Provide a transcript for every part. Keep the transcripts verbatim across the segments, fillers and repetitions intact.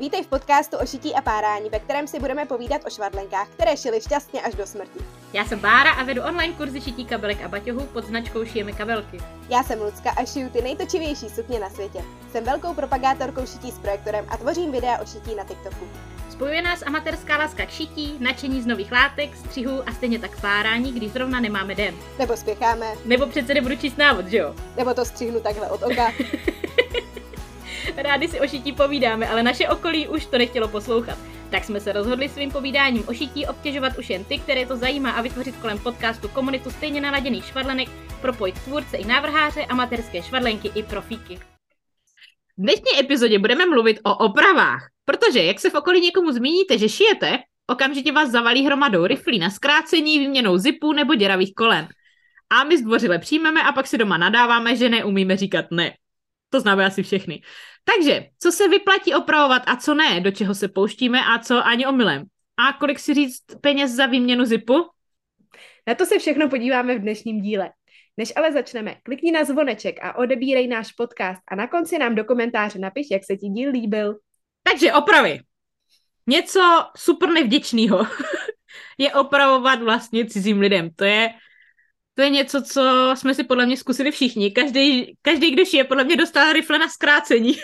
Vítej v podcastu o šití a párání, ve kterém si budeme povídat o švadlenkách, které šily šťastně až do smrti. Já jsem Bára a vedu online kurzy šití kabelek a baťohů pod značkou Šijeme kabelky. Já jsem Lucka a šiju ty nejtočivější sukně na světě. Jsem velkou propagátorkou šití s projektorem a tvořím videa o šití na TikToku. Spojuje nás amatérská láska k šití, nadšení z nových látek, střihů a stejně tak párání, když zrovna nemáme den. Nebo spěcháme. Nebo přece nebudu číst návod, že jo? Nebo to střihnu takhle od oka. Rádi si o šití povídáme, ale naše okolí už to nechtělo poslouchat. Tak jsme se rozhodli svým povídáním o šití obtěžovat už jen ty, které to zajímá, a vytvořit kolem podcastu komunitu stejně naladěných švadlenek, propojit tvůrce i návrháře, amatérské švadlenky i profíky. V dnešní epizodě budeme mluvit o opravách, protože jak se v okolí někomu zmíníte, že šijete, okamžitě vás zavalí hromadou riflí na zkrácení, výměnou zipů nebo děravých kolen. A my zdvořile přijmeme a pak si doma nadáváme, že neumíme říkat ne. To známe asi všechny. Takže, co se vyplatí opravovat a co ne, do čeho se pouštíme a co ani omylem. A kolik si říct peněz za výměnu zipu? Na to se všechno podíváme v dnešním díle. Než ale začneme, klikni na zvoneček a odebírej náš podcast a na konci nám do komentáře napiš, jak se ti díl líbil. Takže opravy. Něco super nevděčného je opravovat vlastně cizím lidem. To je, to je něco, co jsme si podle mě zkusili všichni. Každý, každý kdo šije, podle mě dostal rifle na zkrácení.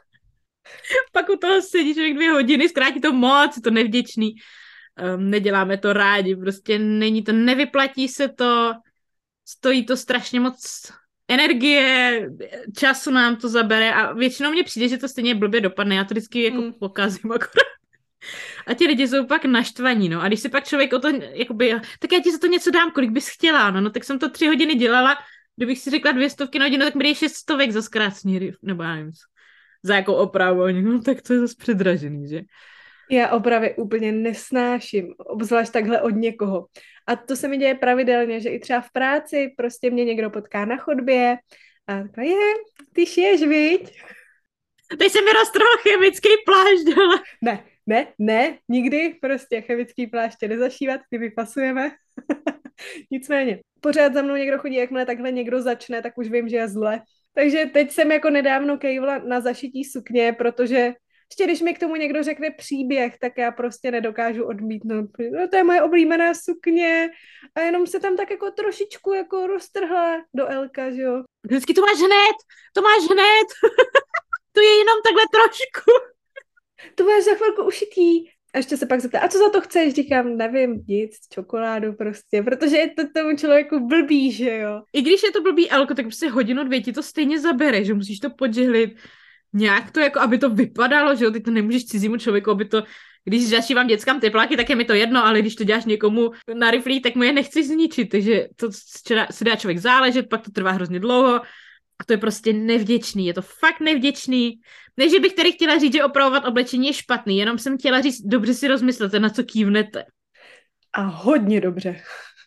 Pak u toho sedí člověk dvě hodiny, zkrátí to moc, je to nevděčný. Um, neděláme to rádi, prostě není to, nevyplatí se to, stojí to strašně moc energie, času nám to zabere a většinou mně přijde, že to stejně blbě dopadne, já to vždycky jako mm. pokazím akorát. A ti lidi jsou pak naštvaní, no. A když si pak člověk o to, jakoby, tak já ti za to něco dám, kolik bys chtěla, no. No tak jsem to tři hodiny dělala, kdybych si řekla dvě stovky na hodinu, tak mi dej šest stovek za zkrácení rif, nebo já nevím, za jakou opravu, no tak to je zase předražený, že? Já opravy úplně nesnáším, obzvlášť takhle od někoho. A to se mi děje pravidelně, že i třeba v práci prostě mě někdo potká na chodbě a taková, je, ty šiješ, viď? Teď se mi roztrhl chemický plášť, ale... Ne, ne, ne, nikdy prostě chemický pláště nezašívat, ty vypasujeme. Nicméně, pořád za mnou někdo chodí, jakmile takhle někdo začne, tak už vím, že je zle. Takže teď jsem jako nedávno kejvla na zašití sukně, protože ještě když mi k tomu někdo řekne příběh, tak já prostě nedokážu odmítnout. No, to je moje oblíbená sukně a jenom se tam tak jako trošičku jako roztrhla do elka, že jo. Vždycky to máš hned, to máš hned. To je jenom takhle trošku. To máš za chvilku ušitý. A ještě se pak zeptá, a co za to chceš? Říkám, nevím, nic, čokoládu prostě, protože je to tomu člověku blbý, že jo. I když je to blbý elko, tak prostě hodinu, dvě ti to stejně zabere, že musíš to podžehlit. Nějak to jako, aby to vypadalo, že jo, ty to nemůžeš cizímu člověku, aby to, když zašívám dětskám tepláky, tak je mi to jedno, ale když to děláš někomu na riflí, tak mu je nechci zničit, takže to se dá člověk záležet, pak to trvá hrozně dlouho a to je prostě nevděčný, je to fakt nevděčný. Ne, že bych tady chtěla říct, že opravovat oblečení je špatný, jenom jsem chtěla říct, dobře si rozmyslete, na co kývnete. A hodně dobře.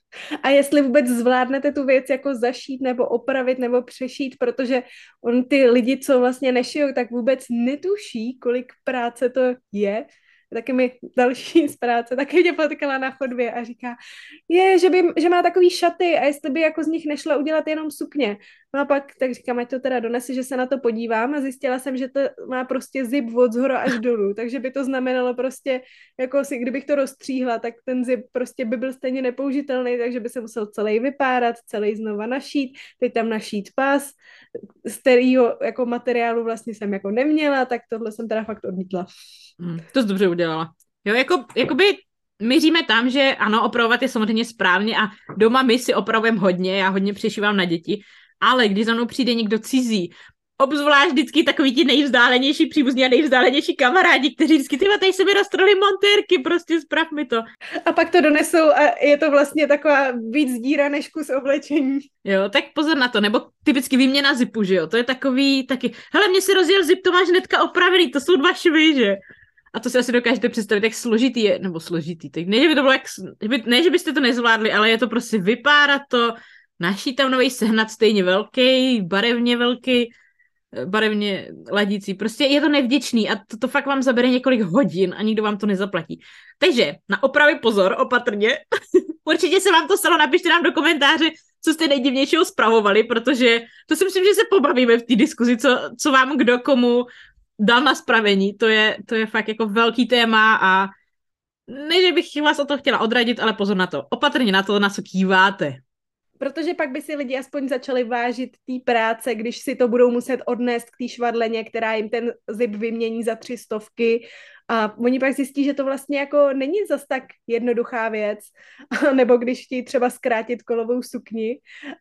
A jestli vůbec zvládnete tu věc jako zašít nebo opravit nebo přešít, protože on ty lidi, co vlastně nešijou, tak vůbec netuší, kolik práce to je. Taky mi další z práce taky mě potkala na chodbě a říká, je, že, by, že má takový šaty a jestli by jako z nich nešla udělat jenom sukně. No a pak tak říkám, ať to teda donesi, že se na to podívám a zjistila jsem, že to má prostě zip od zhora až dolů, takže by to znamenalo prostě, jako si, kdybych to rozstříhla, tak ten zip prostě by byl stejně nepoužitelný, takže by se musel celý vypárat, celý znova našít, teď tam našít pás, z kterého jako materiálu vlastně jsem jako neměla, tak tohle jsem teda fakt odmítla. Hmm, to jsi dobře udělala. Jo, jako, jakoby míříme tam, že ano, opravovat je samozřejmě správně a doma my si opravujeme hodně, já hodně přešívám na děti, ale když za mnou přijde někdo cizí, obzvlášť vždycky takový ti nejvzdálenější příbuzní a nejvzdálenější kamarádi, kteří vždycky tyhle tady se mi roztrhly montérky, prostě sprav mi to. A pak to donesou a je to vlastně taková víc díra než kus oblečení. Jo, tak pozor na to, nebo typicky výměna zipu, že jo, to je takový taky, hele, mě se rozjel zip, to máš hnedka opravený, to jsou dva švy, že? A to si asi dokážete představit, jak složitý je, nebo složitý, tak ne, že by to bylo jak, ne, že byste to nezvládli, ale je to prostě vypárat to, našít tam novej, sehnat stejně velký, barevně velký, barevně ladící. Prostě je to nevděčný a to, to fakt vám zabere několik hodin a nikdo vám to nezaplatí. Takže na opravy pozor, opatrně. Určitě se vám to stalo, napište nám do komentáře, co jste nejdivnějšího spravovali, protože to si myslím, že se pobavíme v té diskuzi, co, co vám kdo komu dal na spravení, to je, to je fakt jako velký téma a ne, že bych vás o to chtěla odradit, ale pozor na to. Opatrně na to, na co kýváte. Protože pak by si lidi aspoň začali vážit té práce, když si to budou muset odnést k té švadleně, která jim ten zip vymění za tři stovky. A oni pak zjistí, že to vlastně jako není zas tak jednoduchá věc. Nebo když chtějí třeba zkrátit kolovou sukni.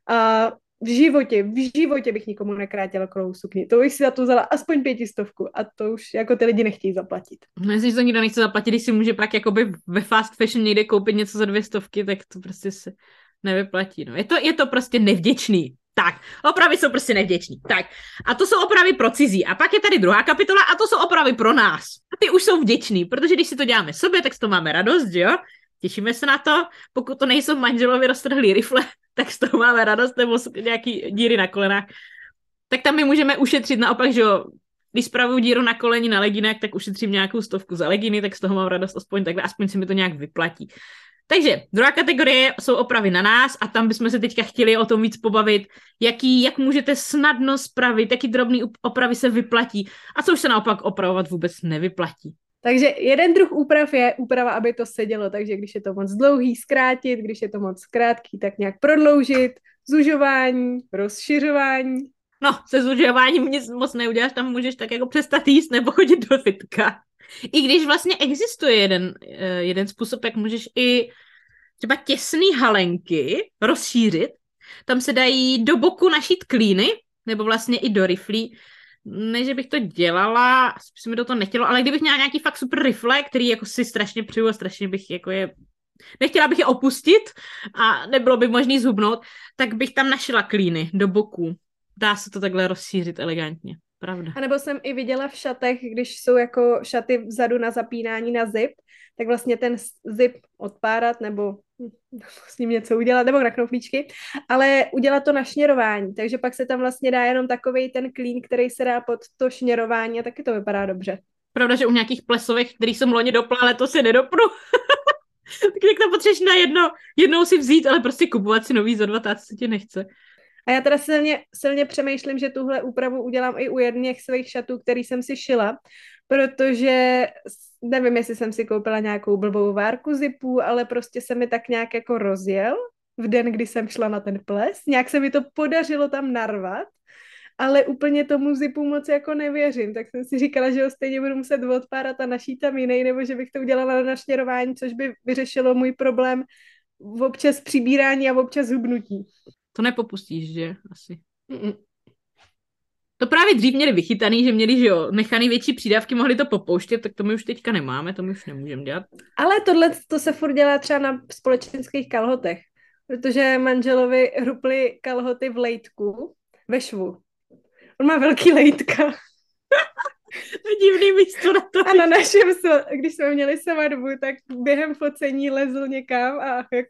A v životě, v životě bych nikomu nekrátila kolovou sukni. To bych si za to vzala aspoň pětistovku. A to už jako ty lidi nechtějí zaplatit. No, jestli to nikdo nechce zaplatit, když si může pak jakoby ve fast fashion někde koupit něco za dvě stovky, tak to prostě se nevyplatí. No. Je, to, je to prostě nevděčný. Tak, opravy jsou prostě nevděční. Tak, a to jsou opravy pro cizí. A pak je tady druhá kapitola a to jsou opravy pro nás. A ty už jsou vděční, protože když si to děláme sobě, tak z toho máme radost, že jo? Těšíme se na to. Pokud to nejsou manželovi roztrhlý rifle, tak z toho máme radost, nebo nějaký díry na kolenách. Tak tam my můžeme ušetřit naopak, že jo? Když spravuju díru na koleni na leginách, tak ušetřím nějakou stovku za leginy, tak z toho mám radost aspoň takhle, aspoň si mi to nějak vyplatí. Takže druhá kategorie jsou opravy na nás a tam bychom se teďka chtěli o tom víc pobavit, jaký, jak můžete snadno spravit, jaký drobný opravy se vyplatí a co už se naopak opravovat vůbec nevyplatí. Takže jeden druh úprav je úprava, aby to sedělo, takže když je to moc dlouhý, zkrátit, když je to moc krátký, tak nějak prodloužit, zužování, rozšiřování. No, se zužováním nic moc neuděláš, tam můžeš tak jako přestat jíst nebo chodit do fitka. I když vlastně existuje jeden, jeden způsob, jak můžeš i třeba těsný halenky rozšířit, tam se dají do boku našít klíny, nebo vlastně i do riflí. Ne, že bych to dělala, asi by se mi do toho nechtělo, ale kdybych měla nějaký fakt super rifle, který jako si strašně přiju a strašně bych jako je... Nechtěla bych je opustit a nebylo by možný zhubnout, tak bych tam našila klíny do boku. Dá se to takhle rozšířit elegantně. Pravda. A nebo jsem i viděla v šatech, když jsou jako šaty vzadu na zapínání na zip, tak vlastně ten zip odpárat nebo s ním něco udělat, nebo na knoflíčky, ale udělat to na šněrování, takže pak se tam vlastně dá jenom takovej ten klín, který se dá pod to šněrování a taky to vypadá dobře. Pravda, že u nějakých plesovek, který jsem loni dopla, ale to si nedopnu. Tak jak to potřebuješ na jedno, jednou si vzít, ale prostě kupovat si nový za dvacet se ti nechce. A já teda silně, silně přemýšlím, že tuhle úpravu udělám i u jedných svých šatů, který jsem si šila, protože nevím, jestli jsem si koupila nějakou blbou várku zipů, ale prostě se mi tak nějak jako rozjel v den, kdy jsem šla na ten ples. Nějak se mi to podařilo tam narvat, ale úplně tomu zipu moc jako nevěřím, tak jsem si říkala, že ho stejně budu muset odpárat a našít tam jiný, nebo že bych to udělala na našněrování, což by vyřešilo můj problém v občas přibírání a v občas hubnutí. To nepopustíš, že? Asi. Mm-mm. To právě dřív měli vychytaný, že měli, že jo, nechaný větší přídavky, mohli to popouštět, tak to my už teďka nemáme, to my už nemůžeme dělat. Ale tohle to se furt dělá třeba na společenských kalhotech, protože manželovi hruply kalhoty v lejtku ve švu. On má velký lejtka. To je divný místo na to. A na našem, když jsme měli svatbu, tak během focení lezl někam a jak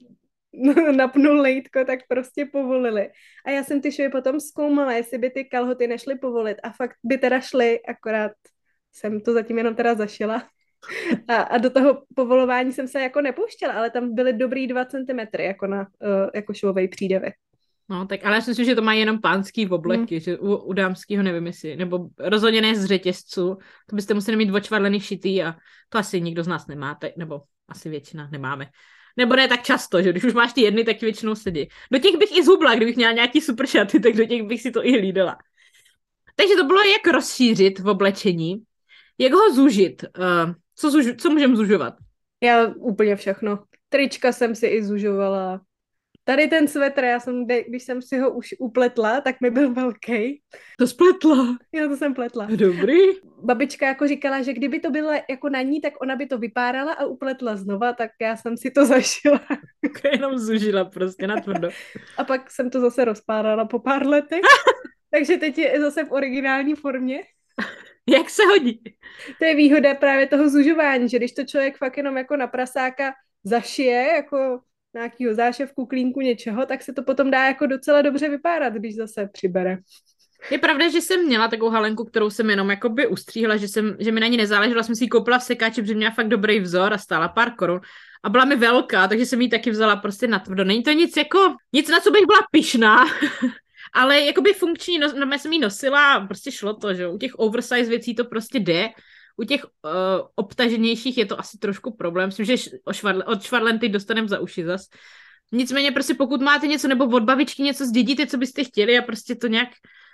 napnul lejtko, tak prostě povolili. A já jsem ty švy potom zkoumala, jestli by ty kalhoty nešly povolit. A fakt by teda šly, akorát jsem to zatím jenom teda zašila. A, a do toho povolování jsem se jako nepouštěla, ale tam byly dobrý dva centimetry jako na uh, jako švovej přídavek. No, tak ale já si myslím, že to mají jenom pánský obleky, hmm. že u, u dámského nevím jestli, nebo rozhodně ne z řetězců, to byste museli mít dvočvarlený šitý a to asi nikdo z nás nemáte, nebo asi většina nemáme. Nebo ne tak často, že když už máš ty jedny, tak většinou sedí. Do těch bych i zhubla, kdybych měla nějaký super šaty, tak do těch bych si to i hlídala. Takže to bylo, jak rozšířit v oblečení, jak ho zužit, uh, co, zuž, co můžeme zužovat. Já úplně všechno. Trička jsem si i zužovala. Tady ten svetr, já jsem, když jsem si ho už upletla, tak mi byl velký. To spletla? Já to jsem pletla. Dobrý. Babička jako říkala, že kdyby to bylo jako na ní, tak ona by to vypárala a upletla znova, tak já jsem si to zašila. Jenom zužila prostě natvrdo. A pak jsem to zase rozpárala po pár letech. Takže teď je zase v originální formě. Jak se hodí? To je výhoda právě toho zužování, že když to člověk fakt jenom jako na prasáka zašije, jako nějakýho záševku, klínku, něčeho, tak se to potom dá jako docela dobře vypárat, když zase přibere. Je pravda, že jsem měla takovou halenku, kterou jsem jenom jakoby ustříhla, že, jsem, že mi na ní nezáležela, jsem si ji koupila v sekáči, protože měla fakt dobrý vzor a stála pár korun. A byla mi velká, takže jsem ji taky vzala prostě natvrdo. Není to nic jako, nic na co bych byla pyšná, Ale jakoby funkční, no, no, já jsem ji nosila, prostě šlo to, že u těch oversize věcí to prostě jde, u těch uh, obtaženějších je to asi trošku problém, myslím, že o švadle, od švadlenty dostaneme za uši zas. Nicméně prostě pokud máte něco, nebo od babičky něco zdědíte, co byste chtěli a prostě to nějak,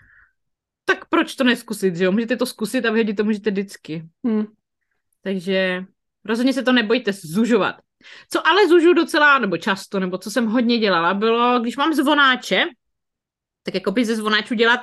tak proč to neskusit, že jo? Můžete to zkusit a vyhodit to můžete vždycky. Hmm. Takže rozhodně se to nebojte zužovat. Co ale zužu docela, nebo často, nebo co jsem hodně dělala, bylo, když mám zvonáče, tak jako by ze zvonáčů dělat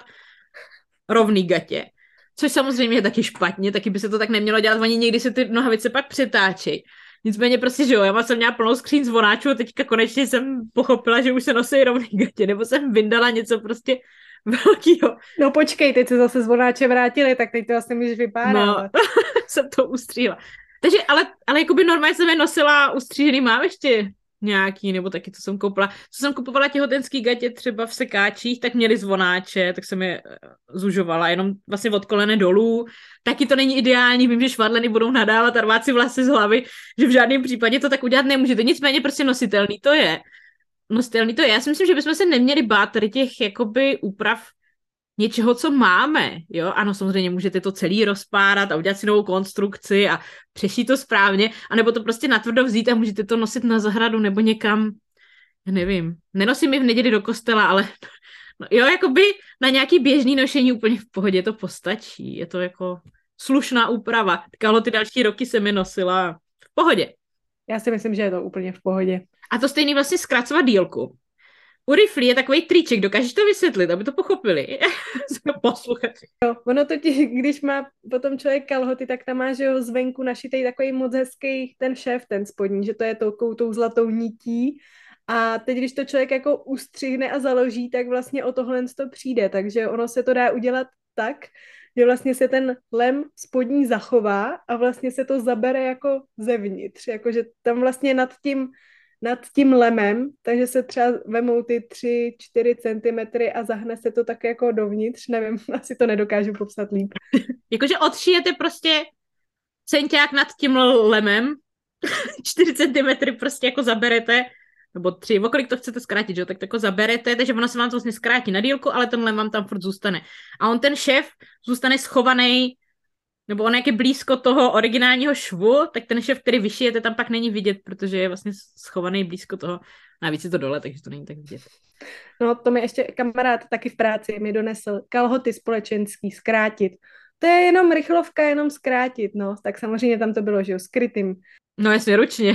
rovný gatě. Což samozřejmě je taky špatně, taky by se to tak nemělo dělat, oni někdy se ty nohavice pak přetáčejí. Nicméně prostě, že jo, já jsem měla plnou skříň zvonáčů a teďka konečně jsem pochopila, že už se nosí rovný gatě, nebo jsem vyndala něco prostě velkýho. No počkej, teď se zase zvonáče vrátili, tak teď to asi můžeš vypárat. No, jsem to ustříhla. Takže, ale, ale jakoby normálně jsem je nosila ustřížený, mám ještě nějaký, nebo taky, co jsem koupila. Co jsem kupovala těhotenský gatě třeba v sekáčích, tak měli zvonáče, tak jsem je zužovala, jenom vlastně od kolene dolů. Taky to není ideální, vím, že švadleny budou nadávat a rvát si vlasy z hlavy, že v žádném případě to tak udělat nemůžete. Nicméně prostě nositelný to je. Nositelný to je. Já si myslím, že bychom se neměli bát tady těch jakoby úprav něčeho, co máme, jo, ano, samozřejmě můžete to celý rozpárat a udělat si novou konstrukci a přešít to správně, anebo to prostě natvrdo vzít a můžete to nosit na zahradu nebo někam, já nevím, nenosím je v neděli do kostela, ale no, jo, jakoby na nějaký běžný nošení úplně v pohodě to postačí, je to jako slušná úprava, ty další roky jsem je nosila v pohodě. Já si myslím, že je to úplně v pohodě. A to stejný vlastně zkracovat dílku. U riflí je takový triček, dokážeš to vysvětlit, aby to pochopili posluchači. Jo, ono totiž, když má potom člověk kalhoty, tak tam má, že jo, zvenku našitej takový moc hezký ten šéf, ten spodní, že to je tou, tou zlatou nití. A teď, když to člověk jako ustřihne a založí, tak vlastně o tohle to přijde. Takže ono se to dá udělat tak, že vlastně se ten lem spodní zachová a vlastně se to zabere jako zevnitř. Jakože tam vlastně nad tím nad tím lemem, takže se třeba vemou ty tři čtyři centimetry a zahne se to tak jako dovnitř, nevím, asi to nedokážu popsat líp. Jakože odšijete prostě centiák nad tím lemem, čtyři centimetry prostě jako zaberete, nebo tři, o kolik to chcete zkrátit, že jo, tak to jako zaberete, takže ono se vám to vlastně zkrátí na dílku, ale ten lem vám tam furt zůstane. A on ten šéf zůstane schovaný, nebo on jak je blízko toho originálního švu, tak ten šéf, který vyšijete, tam pak není vidět, protože je vlastně schovaný blízko toho. Navíc je to dole, takže to není tak vidět. No to mi ještě kamarád taky v práci mi donesl kalhoty společenský, zkrátit. To je jenom rychlovka, jenom zkrátit, no. Tak samozřejmě tam to bylo, že jo, skrytým. No jasně, ručně.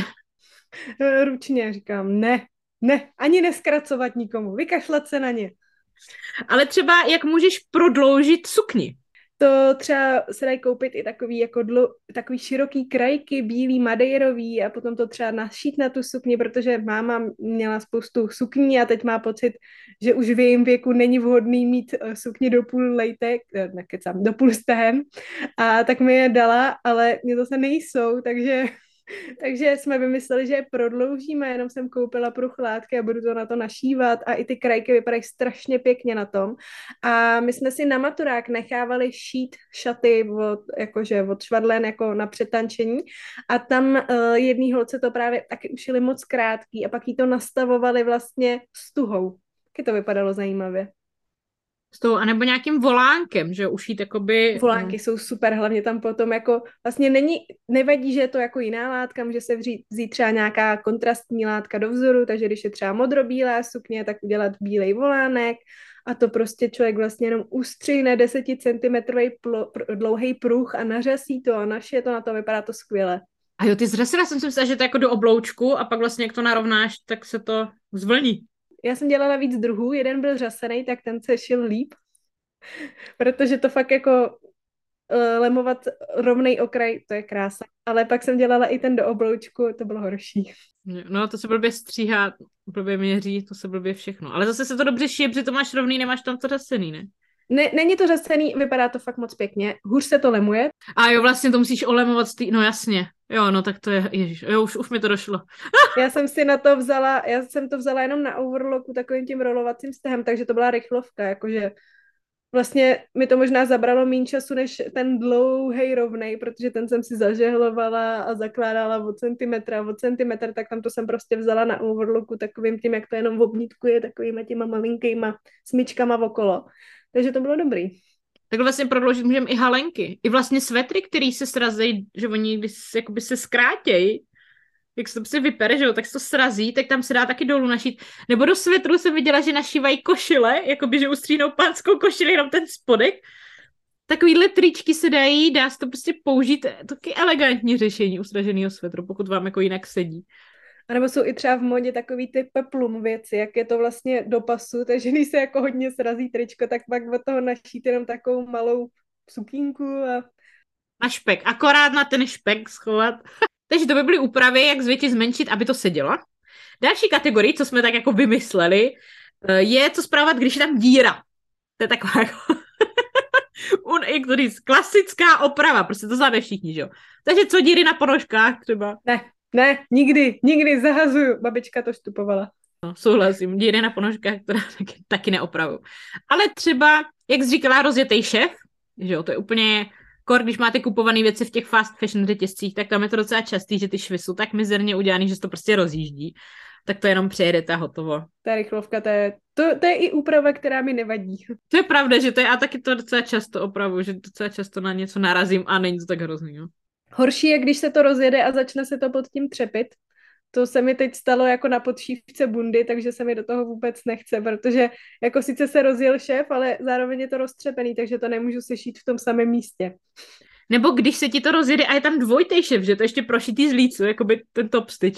Ručně, říkám, ne, ne, ani neskracovat nikomu, vykašlat se na ně. Ale třeba jak můžeš prodloužit sukni? To třeba se dají koupit i takový, jako dlu, takový široký krajky, bílý, madejrový a potom to třeba našít na tu sukni, protože máma měla spoustu sukní a teď má pocit, že už v jejím věku není vhodný mít sukni do půl lejtek, nekecám, do půl stehen a tak mi je dala, ale mě zase nejsou, takže... Takže jsme vymysleli, že je prodloužíme, jenom jsem koupila pruchlátky a budu to na to našívat a i ty krajky vypadají strašně pěkně na tom. A my jsme si na maturák nechávali šít šaty od, jakože od švadlen jako na přetančení a tam uh, jedný holce to právě taky ušili moc krátký a pak jí to nastavovali vlastně s tuhou. Taky to vypadalo zajímavě. S tou, anebo nějakým volánkem, že ušít jakoby... Volánky jsou super, hlavně tam potom jako vlastně není, nevadí, že je to jako jiná látka, může se vzít, vzít třeba nějaká kontrastní látka do vzoru, takže když je třeba modrobílá sukně, tak udělat bílej volánek a to prostě člověk vlastně jenom ustřihne deseticentimetrový pl- pr- dlouhý pruh a nařasí to a našije to na to, vypadá to skvěle. A jo, ty zřesila jsem si myslela, že to jako do obloučku a pak vlastně jak to narovnáš, tak se to zvlní. Já jsem dělala víc druhů, jeden byl řasený, tak ten se šil líp, protože to fakt jako uh, lemovat rovnej okraj, to je krása. Ale pak jsem dělala i ten do obloučku, to bylo horší. No, to se blbě stříhá, blbě měří, to se blbě všechno. Ale zase se to dobře šije, protože to máš rovný, nemáš tam to řasený, ne? Ne, není to řasený, vypadá to fakt moc pěkně. Hůř se to lemuje. A jo, vlastně to musíš olemovat z tý... No jasně. Jo, no tak to je, ježiš, jo, už, už mi to došlo. Já jsem si na to vzala, já jsem to vzala jenom na overlocku takovým tím rolovacím stehem, takže to byla rychlovka, jakože vlastně mi to možná zabralo méně času, než ten dlouhej rovnej, protože ten jsem si zažehlovala a zakládala od centimetra od centimetr, tak tam to jsem prostě vzala na overlooku takovým tím, jak to jenom obnítkuje, takovýma těma malinkýma smyčkama okolo. Takže to bylo dobrý. Tak vlastně prodloužit můžeme i halenky. I vlastně svetry, který se srazí, že oni když se, jakoby se zkrátějí, jak se to prostě vypere, že jo, tak se to srazí, tak tam se dá taky dolů našít. Nebo do svetru jsem viděla, že našívají košile, jakoby, že ustříhnou pánskou košili, jenom ten spodek. Takovýhle tričky se dají, dá se to prostě použít, taky elegantní řešení usraženého svetru, pokud vám jako jinak sedí. A nebo jsou i třeba v modě takový ty peplum věci, jak je to vlastně do pasu, takže když se jako hodně srazí tričko, tak pak od toho našít jenom takovou malou sukínku a... Na špek, akorát na ten špek schovat. Takže to by byly úpravy, jak zvětšit, zmenšit, aby to sedělo. Další kategorii, co jsme tak jako vymysleli, je co spravovat, když je tam díra. To je taková jako... Un, jak to říct, klasická oprava, prostě to známe všichni, že jo. Takže co díry na ponožkách třeba? Ne, ne, nikdy, nikdy zahazuju. Babička to štupovala. No, souhlasím, díry na ponožkách, která taky, taky neopravuju. Ale třeba, jak jsi říkala, rozjetej šéf, že jo, to je úplně... Kor, když máte kupované věci v těch fast fashion řetězcích, tak tam je to docela častý, že ty švy jsou tak mizerně udělaný, že se to prostě rozjíždí. Tak to jenom přejedete a hotovo. Ta rychlovka, to je, to, to je i úprava, která mi nevadí. To je pravda, že to je, a taky to docela často opravuju, že docela často na něco narazím a není to tak hrozný. Jo. Horší je, když se to rozjede a začne se to pod tím třepit. To se mi teď stalo jako na podšívce bundy, takže se mi do toho vůbec nechce, protože jako sice se rozjel šéf, ale zároveň je to roztřepený, takže to nemůžu sešít v tom samém místě. Nebo když se ti to rozjede a je tam dvojitej šéf, že to ještě prošitý z lícu, jako by ten top stitch.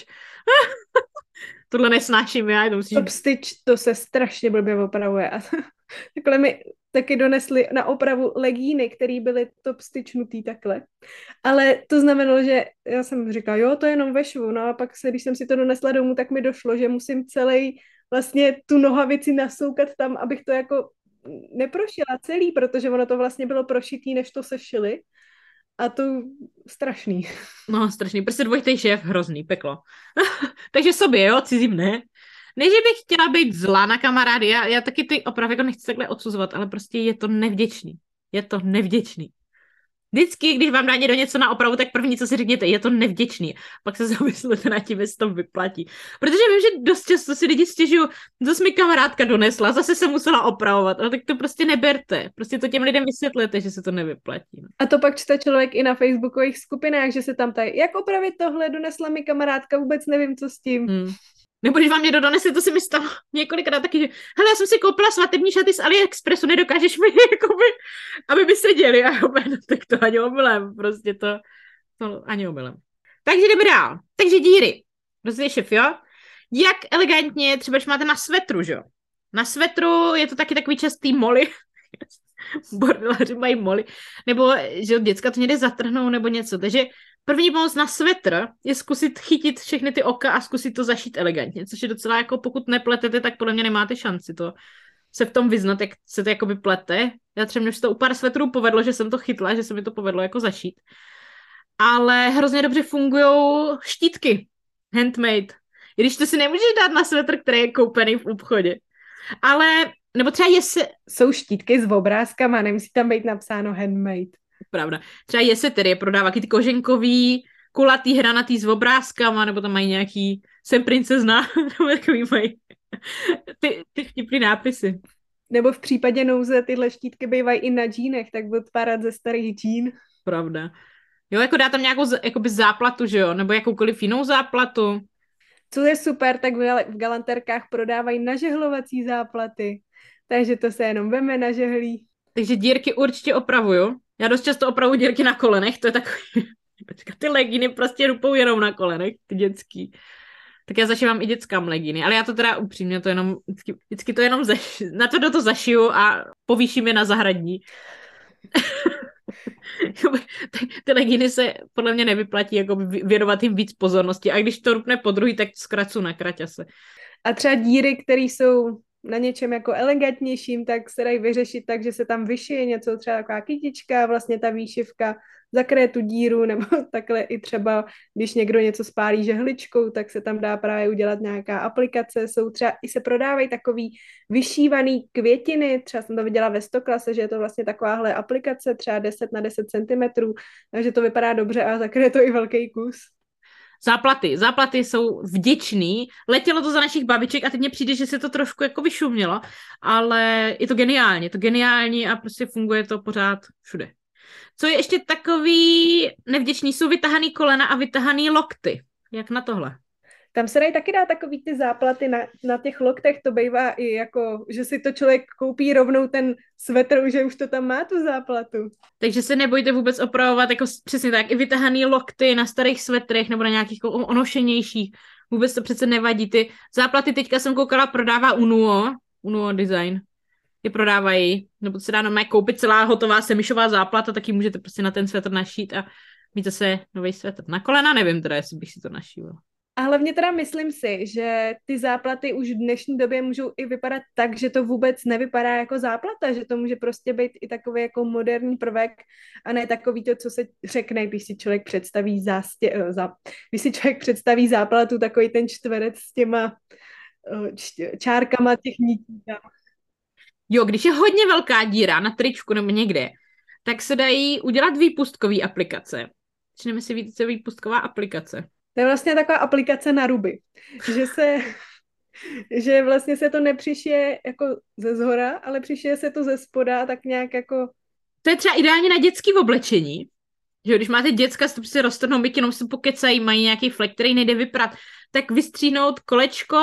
Tohle nesnáším já. To musíš... Top stitch, to se strašně blbě opravuje. A takhle mi taky donesli na opravu legíny, které byly top stitchnutý takhle. Ale to znamenalo, že já jsem říkala, jo, to je jenom ve švu. No a pak se, když jsem si to donesla domů, tak mi došlo, že musím celý vlastně tu nohavici nasoukat tam, abych to jako neprošila celý, protože ono to vlastně bylo prošitý, než to sešili. A to strašný. No, strašný. Prostě dvojitej šéf, hrozný, peklo. Takže sobě, jo, cizím ne. Ne, že bych chtěla být zlá na kamarády, já, já taky ty opravy jako nechci takhle odsuzovat, ale prostě je to nevděčný. Je to nevděčný. Vždycky, když vám dá někdo něco na opravu, tak první, co si řekněte, je to nevděčný. Pak se zamyslete na tím, jestli to vyplatí. Protože vím, že dost často si lidi stěžují, zase mi kamarádka donesla, zase se musela opravovat, ale tak to prostě neberte. Prostě to těm lidem vysvětlete, že se to nevyplatí. A to pak čte člověk i na facebookových skupinách, že se tam tady, jak opravit tohle, donesla mi kamarádka, vůbec nevím, co s tím. Hmm. Nebo když vám někdo donese, to se mi stalo několikrát taky, že hele, já jsem si koupila svatební šaty z AliExpressu, nedokážeš mi jakoby, aby by seděli. A jo, no, tak to ani omylem, prostě to, to ani omylem. Takže jdeme dál. Takže díry. Rozvěj šef, jo? Jak elegantně, třeba když máte na svetru, že jo? Na svetru je to taky takový častý moly. Bordeláři mají moly. Nebo, že děcka to někde zatrhnou nebo něco. Takže první pomoc na svetr je zkusit chytit všechny ty oka a zkusit to zašít elegantně, což je docela jako, pokud nepletete, tak podle mě nemáte šanci to se v tom vyznat, jak se to jakoby plete. Já třeba mě už to u pár svetrů povedlo, že jsem to chytla, že se mi to povedlo jako zašít. Ale hrozně dobře fungují štítky. Handmade. I když to si nemůžeš dát na svetr, který je koupený v obchodě. Ale, nebo třeba jestli... Jsou štítky s obrázkama, nemusí tam být napsáno handmade. Pravda. Třeba Yesetery je prodává ty koženkový, kulatý, hranatý s obrázkama, nebo tam mají nějaký jsem princezna, nebo takový mají ty, ty vtipný nápisy. Nebo v případě nouze tyhle štítky bývají i na džínech, tak odpadat ze starých džín. Pravda. Jo, jako dá tam nějakou jakoby záplatu, že jo, nebo jakoukoliv jinou záplatu. Co je super, tak v galanterkách prodávají nažehlovací záplaty, takže to se jenom veme nažehlí. Takže dírky určitě opravuju. Já dost často opravuju dírky na kolenech, to je takový... Ty legíny prostě rupou jenom na kolenech, ty dětský. Tak já zašívám i dětskám legíny, ale já to teda upřímně to jenom, vždycky, vždycky to jenom zaš, na to do to zašiju a povýším je na zahradní. ty, ty legíny se podle mě nevyplatí jako věnovat jim víc pozornosti a když to rupne po druhý, tak zkracu na kraťase. A třeba díry, které jsou na něčem jako elegantnějším, tak se dají vyřešit tak, že se tam vyšije něco, třeba taková kytička, vlastně ta výšivka zakryje tu díru, nebo takhle i třeba, když někdo něco spálí žehličkou, tak se tam dá právě udělat nějaká aplikace. Jsou třeba, i se prodávají takový vyšívaný květiny, třeba jsem to viděla ve Stoklase, že je to vlastně takováhle aplikace, třeba deset na deset centimetrů, takže to vypadá dobře a zakryje to i velký kus. Záplaty. Záplaty jsou vděčný. Letělo to za našich babiček a teď mně přijde, že se to trošku jako vyšumělo, ale je to geniální. Je to geniální a prostě funguje to pořád všude. Co je ještě takový nevděčný, jsou vytahaný kolena a vytahaný lokty. Jak na tohle? Tam se dají taky dát takový ty záplaty na, na těch loktech, to bývá i jako, že si to člověk koupí rovnou ten svetr, že už to tam má tu záplatu. Takže se nebojte vůbec opravovat, jako přesně tak, i vytahaný lokty na starých svetrech nebo na nějakých onošenějších. Vůbec to přece nevadí. Ty záplaty teďka jsem koukala, prodává Unuo, Unuo Design. Je prodávají, nebo se dá normálně koupit celá hotová semišová záplata, taky můžete prostě na ten svetr našít a mít zase nový svetr. Na kolena nevím teda, jestli bych si to našívala. A hlavně teda myslím si, že ty záplaty už v dnešní době můžou i vypadat tak, že to vůbec nevypadá jako záplata, že to může prostě být i takový jako moderní prvek a ne takový to, co se řekne, když si člověk představí zástě, zá, když si člověk představí záplatu, takový ten čtverec s těma čárkama těch nití. Jo, když je hodně velká díra na tričku nebo někde, tak se dají udělat výpustkové aplikace. Nevím, jestli víte, co je výpustková aplikace. To je vlastně taková aplikace na ruby, že se, že vlastně se to nepřišije jako ze zhora, ale přišije se to ze spoda, tak nějak jako... To je třeba ideálně na dětský oblečení, že když máte děcka, to prostě roztrhnou mikinou, se pokecají, mají nějaký flek, který nejde vyprat, tak vystříhnout kolečko,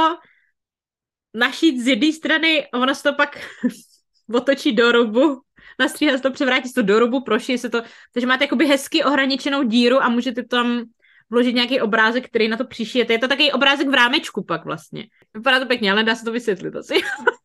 našít z jedné strany a ono se to pak otočí do rubu, nastříhá se to, převrátí se to do rubu, prošije se to, takže máte jakoby hezky ohraničenou díru a můžete tam vložit nějaký obrázek, který na to přišijete. Je to takový obrázek v rámečku pak vlastně. Vypadá to pěkně, ale dá se to vysvětlit asi.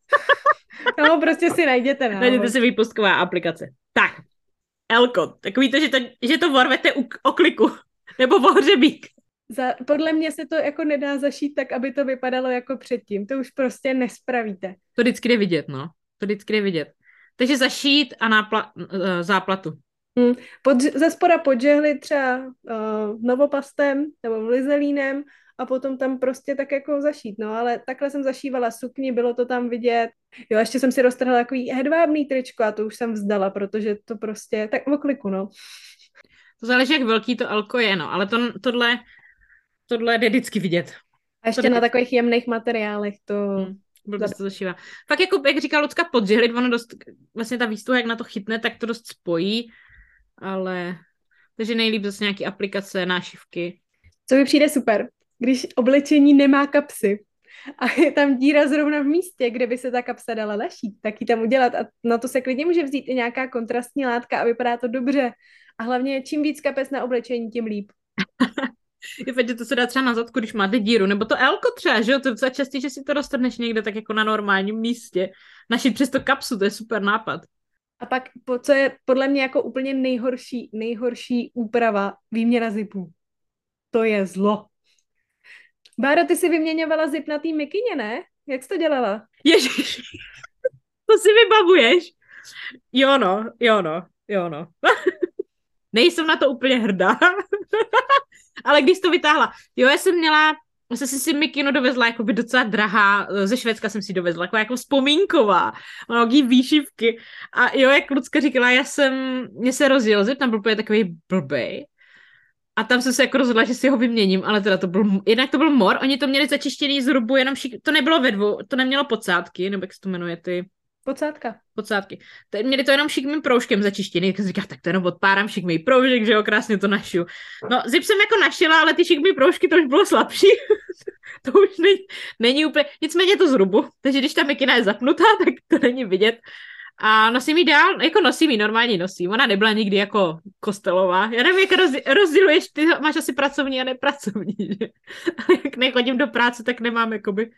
No, prostě si najděte. No. Najděte si výpustková aplikace. Tak, Elko, takový to, že to, že to vorvete u, o kliku. Nebo o hřebík. Za, podle mě se to jako nedá zašít tak, aby to vypadalo jako předtím. To už prostě nespravíte. To vždycky jde vidět, no. To vždycky jde vidět. Takže zašít a nápla, uh, záplatu. Hmm. Pod, ze spoda podžehli třeba uh, novopastem nebo lizelínem a potom tam prostě tak jako zašít, no, ale takhle jsem zašívala sukni, bylo to tam vidět. Jo, ještě jsem si roztrhla takový hedvábný tričko a to už jsem vzdala, protože to prostě, tak v kliku, no. To záleží, jak velký to Elko je, no, ale to, tohle, tohle jde vždycky vidět. A ještě to na takových jemných materiálech to... Hmm. Blbě se to zašívá. Fakt jako, jak říká Lucka, podžehlit, ono dost, vlastně ta výstuha, jak na to chytne, tak to dost spojí, ale, takže nejlíp zase nějaký aplikace, nášivky. Co mi přijde super, když oblečení nemá kapsy a je tam díra zrovna v místě, kde by se ta kapsa dala našít, tak ji tam udělat a na to se klidně může vzít i nějaká kontrastní látka a vypadá to dobře. A hlavně čím víc kapes na oblečení, tím líp. Je fakt, že to se dá třeba na zadku, když máte díru, nebo to Elko třeba, že jo, to je docela častý, že si to roztrhneš někde tak jako na normálním místě. Našít přes to kapsu, to je super nápad. A pak, co je podle mě jako úplně nejhorší, nejhorší úprava, výměna zipů. To je zlo. Báro, ty si vyměňovala zip na té mikině, ne? Jak jsi to dělala? Ježiš, to si vybavuješ? Jo no, jo no, jo no. Nejsem na to úplně hrdá. Ale když to vytáhla. Jo, já jsem měla, já jsem si si mikinu dovezla jako by docela drahá, ze Švédska jsem si dovezla, jako, jako vzpomínková, mnohý výšivky. A jo, jak Lucka říkala, já jsem, mně se rozjel zip, tam byl úplně takový blbej. A tam jsem se jako rozhodla, že si ho vyměním, ale teda to byl, jednak to byl mor, oni to měli začištěný z rubu, jenom šik, to nebylo ve dvou, to nemělo podsádky, nebo jak se to jmenuje ty... Podsádka. Podsádky. Te, měli to jenom šikmým proužkem začištěný, tak jsem říkala, tak to jenom odpárám šikmý proužek, že jo, krásně to našiju. No, zip jsem jako našila, ale ty šikmý proužky to už bylo slabší. To už není, není úplně, nicméně to z rubu, takže když ta mikina je zapnutá, tak to není vidět. A nosím ji dál, jako nosím ji, normálně nosím. Ona nebyla nikdy jako kostelová. Já nevím, jak roz, rozděluješ, ty máš asi pracovní a nepracovní, že? Ale jak nechodím do práce, tak nemám, jakoby.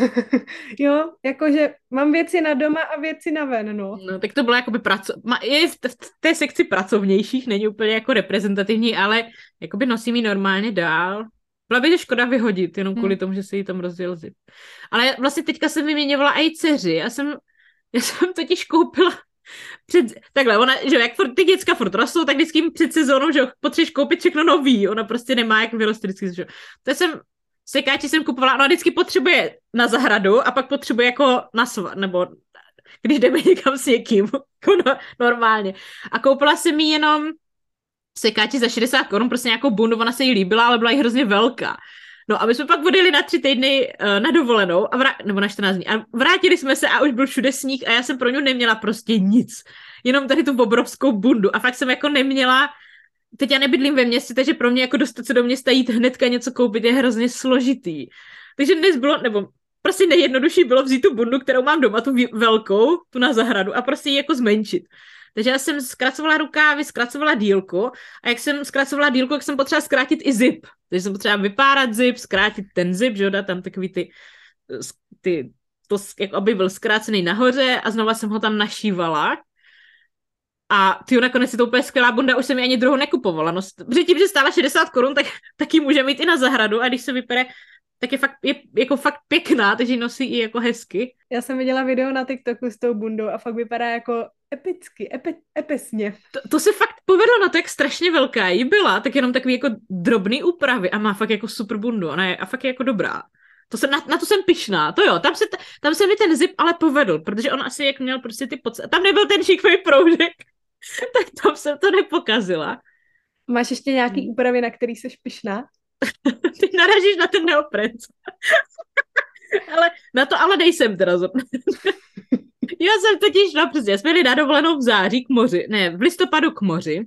Jo, jakože mám věci na doma a věci na ven, no. No, tak to bylo jakoby praco... Je v té sekci pracovnějších, není úplně jako reprezentativní, ale jakoby nosím ji normálně dál. Byla by to škoda vyhodit, jenom kvůli Hmm. tomu, že se jí tam rozděl zip. Ale vlastně teďka jsem vyměňovala i dceři. Já jsem, já jsem totiž koupila před, takhle, ona, že jak furt, ty děcka furt rostou, tak vždycky jim před sezónou, že potřebuješ koupit všechno nový. Ona prostě nemá jak vyrostit vždycky. Že? To jsem, sekáči jsem kupovala, ona vždycky potřebuje na zahradu a pak potřebuje jako na sva, nebo když jdeme někam s někým, jako no, normálně. A koupila jsem jí jenom sekáči za šedesát korun, prostě nějakou bundu, ona se jí líbila, ale byla jí hrozně velká. No a my jsme pak odjeli na tři týdny uh, na dovolenou, a vrá- nebo na čtrnáct dní, a vrátili jsme se a už byl všude sníh a já jsem pro ňu neměla prostě nic. Jenom tady tu obrovskou bundu a fakt jsem jako neměla, teď já nebydlím ve městě, takže pro mě jako dostat se do města jít hnedka něco koupit je hrozně složitý. Takže dnes bylo, nebo prostě nejjednodušší bylo vzít tu bundu, kterou mám doma, tu velkou, tu na zahradu a prostě ji jako zmenšit. Takže já jsem zkracovala rukávy, zkracovala dílku a jak jsem zkracovala dílku, jak jsem potřeba zkrátit i zip. Takže jsem potřeba vypárat zip, zkrátit ten zip, že jo, dát tam takový ty, ty to, jak aby byl zkrácený nahoře a znova jsem ho tam našívala. A ty nakonec je to úplně skvělá bunda, už jsem ji ani druhou nekupovala. No, protože tím, že stála šedesát korun, tak, tak ji může mít i na zahradu a když se vypere, tak je, fakt, je jako fakt pěkná, takže ji nosí i jako hezky. Já jsem viděla video na TikToku s tou bundou a fakt vypadá jako epicky, epi, episně. To, to se fakt povedlo na to, jak strašně velká jí byla, tak jenom takový jako drobný úpravy a má fakt jako super bundu. Ona je a fakt je jako dobrá. To jsem, na, na to jsem pyšná, to jo, tam se, tam se mi ten zip ale povedl, protože on asi jak měl prostě ty podce... Tam nebyl ten šikvej proužek, tak tam jsem to nepokazila. Máš ještě nějaký úpravy, na který seš pyšná? Ty naražíš na ten neopren. Ale na to ale nejsem teda. Já jsem totiž, no přesně, jsme jeli na dovolenou v září k moři, ne, v listopadu k moři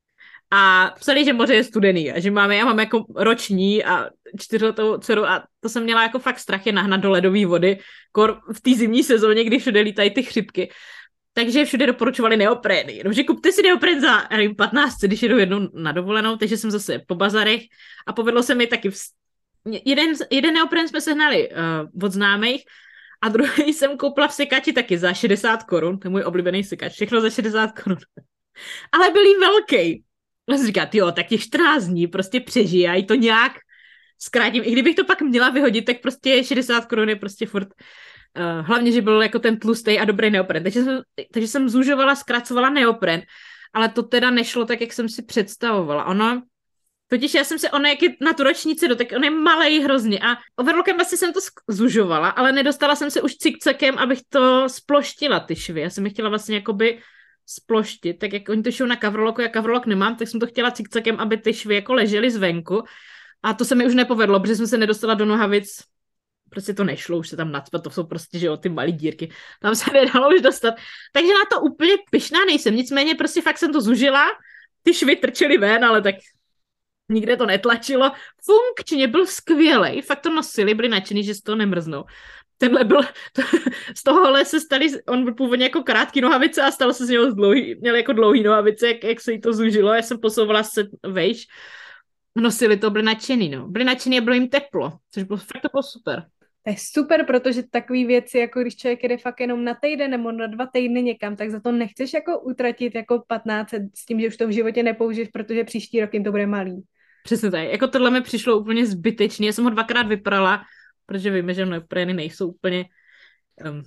a psali, že moře je studený a že máme, já mám jako roční a čtyřletou dceru a to jsem měla jako fakt strach je nahnat do ledové vody, kor v té zimní sezóně, kdy všude lítají ty chřipky. Takže všude doporučovali neoprény. Jenomže kupte si neopren za nevím, patnáct, když jedu jednou na dovolenou, takže jsem zase po bazarech a povedlo se mi taky v... jeden, jeden neopren jsme sehnali uh, od známých a druhý jsem koupila v sekači taky za šedesát korun, to je můj oblíbený sekač, všechno za šedesát korun. Ale byl velký. A jsem říkala, jo, tak těch čtrnáct dní prostě přežije a i to nějak zkrátím. I kdybych to pak měla vyhodit, tak prostě šedesát korun je prostě furt. Uh, hlavně, že byl jako ten tlustý a dobrý neopren. Takže jsem, takže jsem zúžovala, zkracovala neopren, ale to teda nešlo tak, jak jsem si představovala. Ono, totiž já jsem se, ono jak je na tu ročnici do, tak on je malej hrozně a overlockem vlastně jsem to zúžovala, ale nedostala jsem se už cikcekem, abych to sploštila ty švy. Já jsem je chtěla vlastně jakoby sploštit, tak jak oni to šou na coverlocku, já coverlock nemám, tak jsem to chtěla cikcekem, aby ty švy jako ležely zvenku a to se mi už nepovedlo, protože jsem se nedostala do nohavic. Prostě to nešlo, už se tam nacpat, to jsou prostě, že jo, ty malý dírky. Tam se nedalo už dostat. Takže na to úplně pyšná nejsem. Nicméně prostě fakt jsem to zužila, ty švy trčely ven, ale tak nikde to netlačilo. Funkčně byl skvělej, fakt to nosili, byli nadšený, že z toho nemrznou. Tenhle byl, to, z tohohle se stali, on byl původně jako krátký nohavice a stalo se z něho dlouhý, měl jako dlouhý nohavice, jak, jak se jí to zužilo. Já jsem posouvala se vejš. Nosili to, byli nadšený, no. Byli nadšený a bylo jim teplo, což bylo fakt to bylo super. To je super, protože takové věci, jako když člověk jde fakt jenom na týden nebo na dva týdny někam, tak za to nechceš jako utratit jako patnáct set s tím, že už to v životě nepoužiješ, protože příští rok jim to bude malý. Přesně tak. Jako tohle mi přišlo úplně zbytečný. Já jsem ho dvakrát vyprala, protože víme, že neoprény nejsou úplně... Um...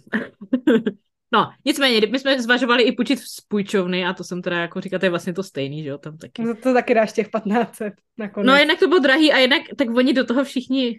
no, nicméně, my jsme zvažovali i půjčit z půjčovny a to jsem teda jako říkala, to je vlastně to stejný, že jo, tam taky. No to taky dáš těch patnáct set nakonec. No jednak to bylo drahý a jednak, tak oni do toho všichni...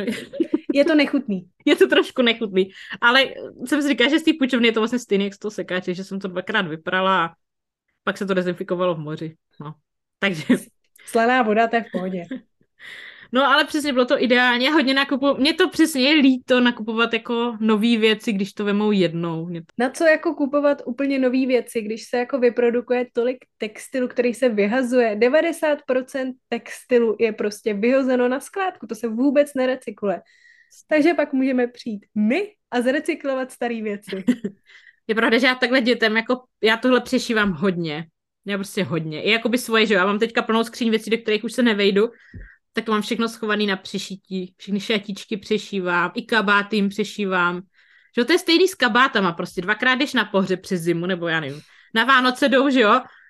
Je to nechutný. Je to trošku nechutný, ale jsem si říkala, že z té půjčovny je to vlastně stejný, jak z toho sekáče, že jsem to dvakrát vyprala a pak se to dezinfikovalo v moři. No, takže... Slaná voda, to je v pohodě. No, ale přesně bylo to ideálně. Hodně nakupu... Mně to přesně je líto nakupovat jako nový věci, když to vemou jednou. To... Na co jako kupovat úplně nový věci, když se jako vyprodukuje tolik textilu, který se vyhazuje. devadesát procent textilu je prostě vyhozeno na skládku, to se vůbec nerecykluje. Takže pak můžeme přijít my a zrecyklovat staré věci. Je pravda, že já takhle dětem, jako já tohle přešívám hodně. Já prostě hodně. I jakoby svoje, že já mám teďka plnou skříň věcí, do kterých už se nevejdu, tak to mám všechno schované na přešití. Všechny šatičky přešívám, i kabáty jim přešívám. Že to je stejný s kabátama, prostě dvakrát jdeš na pohřeb přes zimu, nebo já nevím. Na Vánoce jdou, že jo?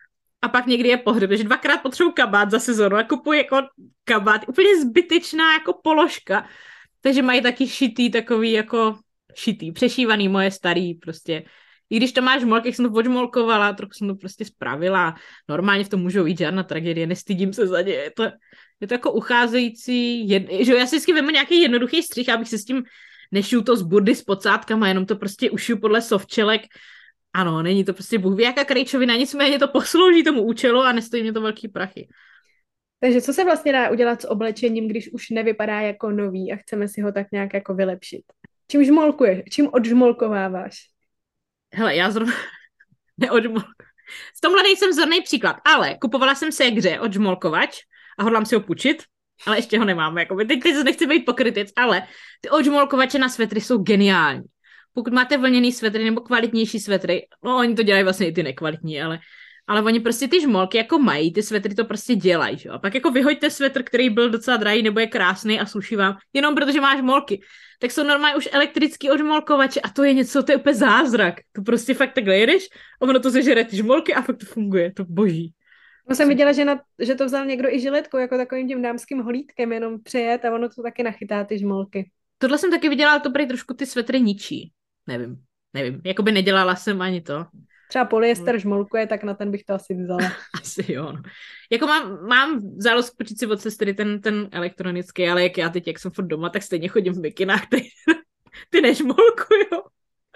a pak někdy je pohřeb, takže dvakrát potřebuji kabát za sezonu a kupuji jako kabát, úplně zbytečná jako položka, takže mají taky šitý takový jako šitý, přešívaný moje starý prostě. I když to máš žmolk, jak jsem to odžmolkovala, trochu jsem to prostě spravila. Normálně v tom můžou jít žádná tragédie, nestydím se za ně. Je to, je to jako ucházející, jed... že já si vždycky vemu nějaký jednoduchý střih, abych se s tím nešiju to z burdy s pocátkama, jenom to prostě ušiju podle softčelek. Ano, není to prostě bůh ví jaká krejčovina, nicméně to poslouží tomu účelu a nestojí mě to velký prachy. Takže co se vlastně dá udělat s oblečením, když už nevypadá jako nový a chceme si ho tak nějak jako vylepšit? Čím žmolkuješ? Čím odžmolkováváš? Hele, já zrovna neodžmolkuju. V tomhle nejsem vzorný příklad, ale kupovala jsem ségře odžmolkovač a hodlám si ho půjčit, ale ještě ho nemám. Jakoby. Teď, teď nechci být pokrytec, ale ty odžmolkovače na svetry jsou geniální. Pokud máte vlněný svetry nebo kvalitnější svetry, no oni to dělají vlastně i ty nekvalitní, ale, ale oni prostě ty žmolky jako mají, ty svetry to prostě dělají. Že? A pak jako vyhoďte svetr, který byl docela drahý nebo je krásný a sluší vám, jenom protože máš žmolky. Tak jsou normálně už elektrický odžmolkovače a to je něco, to je úplně zázrak. To prostě fakt takhle jedeš a ono to zežere ty žmolky a fakt to funguje, to boží. No jsem viděla, že, na, že to vzal někdo i žiletkou, jako takovým tím dámským holítkem, jenom přejet a ono to taky nachytá ty žmolky. Tohle jsem taky viděla, ale to prý trošku ty svetry ničí. Nevím, nevím, jakoby nedělala jsem ani to. Třeba polyester žmolkuje, tak na ten bych to asi vzala. Asi jo, no. Jako mám, mám zálož počít si od sestry ten, ten elektronický, ale jak já teď, jak jsem furt doma, tak stejně chodím v mikinách, ty, ty nežmolkujou.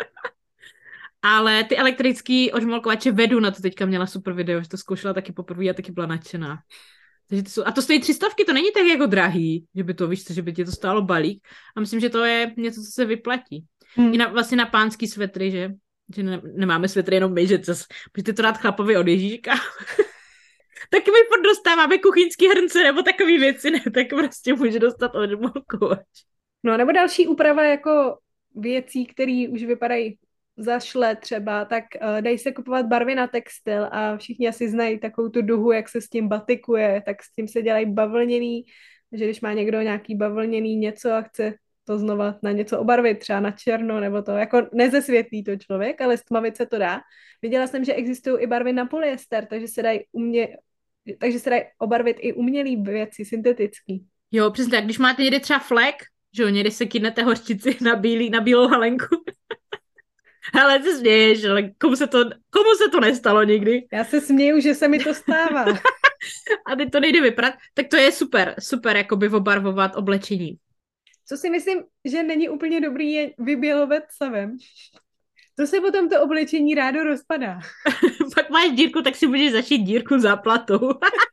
Ale ty elektrický odžmolkovače vedu, na to teďka měla super video, že to zkoušela taky poprvé a taky byla nadšená. Takže to jsou, a to stojí tři stovky, to není tak jako drahý, že by to, víš co, že by ti to stálo balík. A myslím, že to je něco, co se vyplatí. Hmm. I na, vlastně na pánský svetry, že, že ne, nemáme svetry jenom my, že zas, můžete to dát chlapovi od Ježíška. Taky my furt dostáváme kuchyňský hrnce nebo takový věci, ne, tak prostě může dostat odžmolkovač. No nebo další úprava jako věcí, které už vypadají zašle třeba, tak uh, dají se kupovat barvy na textil a všichni asi znají takovou tu duhu, jak se s tím batikuje, tak s tím se dělají bavlněný, že když má někdo nějaký bavlněný něco a chce to znova na něco obarvit, třeba na černo, nebo to, jako nezesvětlí to člověk, ale stmavit se to dá. Viděla jsem, že existují i barvy na polyester, takže se dají umě... takže se dají obarvit i umělý věci, syntetický. Jo, přesně tak, když máte někde třeba flek, že jo, někdy se kydnete hořčici na, bílý, na bílou halenku. Ale ty směješ, ale komu se, to, komu se to nestalo nikdy? Já se směju, že se mi to stává. A teď to nejde vyprat, tak to je super, super jakoby obarvovat oblečení. Co si myslím, že není úplně dobrý, je vybělovat savem. To se potom to oblečení rádo rozpadá. Pak máš dírku, tak si můžeš začít dírku záplatou.